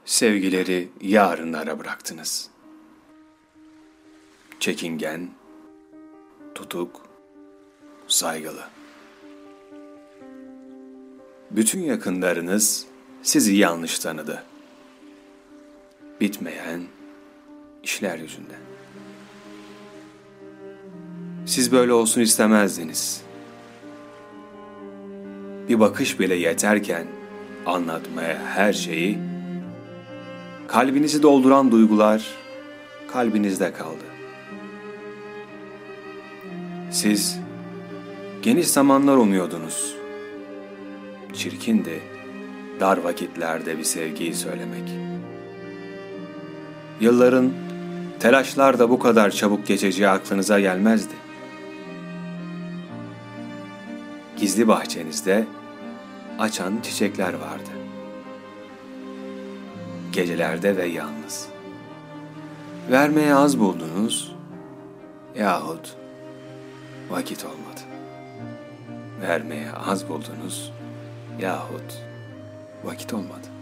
Sevgileri yarınlara bıraktınız. Çekingen, tutuk, saygılı. Bütün yakınlarınız sizi yanlış tanıdı. Bitmeyen işler yüzünden. Siz böyle olsun istemezdiniz. Bir bakış bile yeterken anlatmaya her şeyi, kalbinizi dolduran duygular kalbinizde kaldı. Siz geniş zamanlar umuyordunuz. Çirkindi dar vakitlerde bir sevgiyi söylemek. Yılların, telaşlar da bu kadar çabuk geçeceği aklınıza gelmezdi. Gizli bahçenizde açan çiçekler vardı. Gecelerde ve yalnız. Vermeye az buldunuz yahut vakit olmadı. Vermeye az buldunuz yahut vakit olmadı.